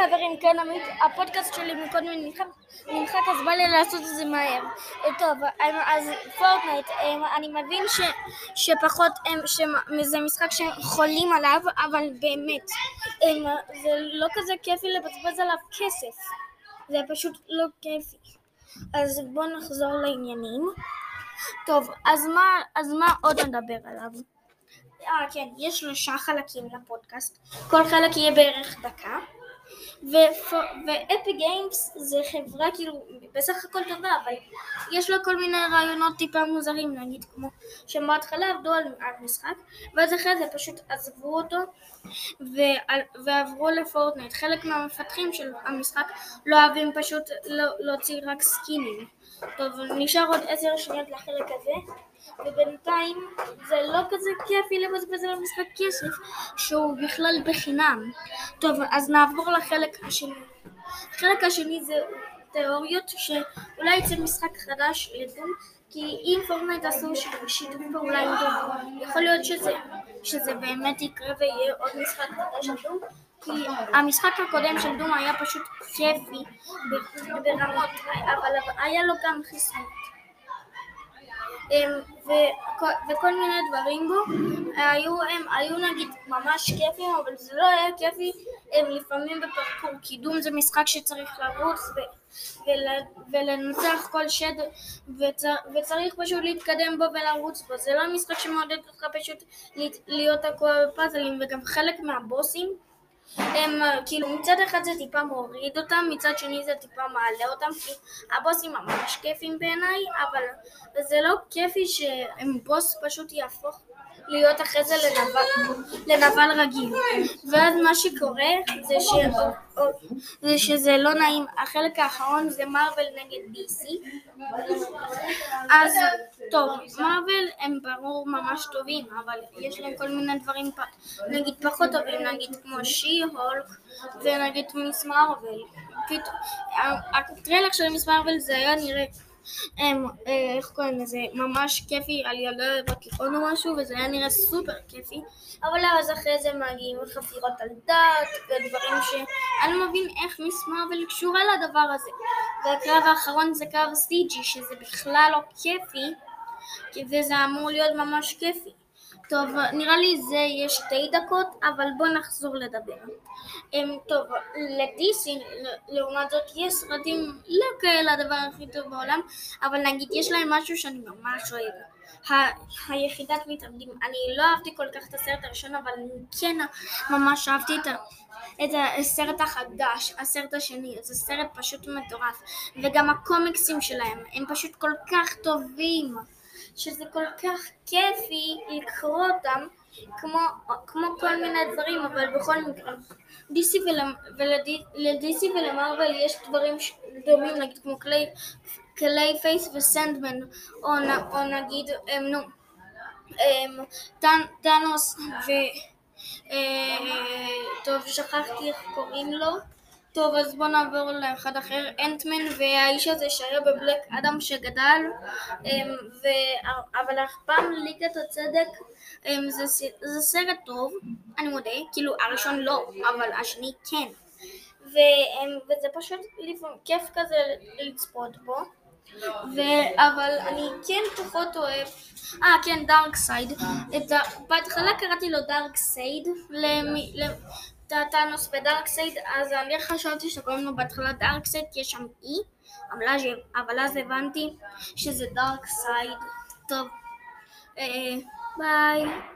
חברים, כן, הפודקאסט שלי מקודם נמחק, אז בא לי לעשות את זה מהר. טוב, אז פורטנייט, אני מבין שפחות, שזה משחק שחולים עליו, אבל באמת, זה לא כזה כיפי לבזבז עליו כסף. זה פשוט לא כיפי. אז בואו נחזור לעניינים. טוב, אז מה עוד נדבר עליו? כן, יש 3 חלקים לפודקאסט, כל חלק יהיה בערך דקה, ואפי גיימס זה חברה כאילו בסך הכל טובה, אבל יש לו כל מיני רעיונות טיפה מוזרים, נגיד כמו שבהתחלה עבדו על משחק, ואז אחרי זה פשוט עזבו אותו ועברו לפורטנייט. חלק מהמפתחים של המשחק לא אוהבים פשוט להוציא רק סקינים. טוב, נשאר עוד 10 שניות לחלק הזה, ובינתיים זה לא כזה כיפי לבזבז על המשחק כסף שהוא בכלל בחינם. טוב, אז נעבור לחלק השני. החלק השני זה תיאוריות שאולי יצא משחק חדש לדום, כי אם פורטנייט עשו שיתוף פעולה עם דום, יכול להיות שזה באמת יקרה ויהיה עוד משחק חדש של דום, כי המשחק הקודם של דום היה פשוט כיפי ברמות, אבל היה לו גם חיסונות. וכל מיני דברים בו היו נגיד ממש כיפים, אבל זה לא היה כיפי לפעמים בפרקור, כי דום זה משחק שצריך לרוץ ולנצח כל שד, וצריך פשוט להתקדם בו ולרוץ בו. זה לא משחק שמעודד אותך פשוט להיות תקוע בפאזלים, וגם חלק מהבוסים כאילו מצד אחד זה טיפה מוריד אותם, מצד שני זה טיפה מעלה אותם, כי הבוסים ממש כיפים בעיניי, אבל זה לא כיפי שבוס פשוט יהפוך להיות אחרי זה לנבל רגיל. ואז מה שקורה זה שזה לא נעים. החלק האחרון זה מרוול נגד DC. אז טוב, מרוול הם ברור ממש טובים, אבל יש להם כל מיני דברים נגיד פחות טובים, נגיד כמו שי-הולק ונגיד מיס מרוול. הטריילר של מיס מרוול זה היה נראה איך קוראים לזה, ממש כיפי על ילדה בתיכון או משהו, וזה היה נראה סופר כיפי, אבל אז אחרי זה מגיעים חפירות על דת ודברים שאני לא מבין איך מיס מרוול קשורה לדבר הזה. והקרב האחרון זה קרב CG שזה בכלל לא כיפי, וזה אמור להיות ממש כיפי. טוב, נראה לי זה יש 2 דקות, אבל בוא נחזור לדבר. טוב, לדיסי לעומת זאת יש סרטים לא כאלה הדבר הכי טוב בעולם, אבל נגיד יש להם משהו שאני ממש אוהב, היחידת מתאבדים. אני לא אהבתי כל כך את הסרט הראשון, אבל אני כן ממש אהבתי את הסרט החדש, הסרט השני. זה סרט פשוט מטורף, וגם הקומיקסים שלהם הם פשוט כל כך טובים, שזה כל כך כיפי לקרוא אותם, כמו כל מיני דברים. אבל בכל מקרה לדיסי ולמרוול יש דברים דומים, נגיד כמו קליי פייס וסנדמן, או נגיד טאנוס טוב, שכחתי איך קוראים לו. טוב, אז בוא נעבור לאחד אחר, אנטמן והאיש הזה שהיה בבלק אדם שגדל, אבל הפעם ליגת הצדק זה סרט טוב, אני מודה, כאילו הראשון לא, אבל השני כן, וזה פשוט כיף כזה לצפות בו, אבל אני כן פחות אוהב, כן, דארק סייד, בהתחלה קראתי לו דארק סייד, טאנוס ודארק סייד, אז אני חשבתי שקוראים לו בהתחלה דארק סייד כי יש שם אי, אבל אז הבנתי שזה דארק סייד. טוב, ביי.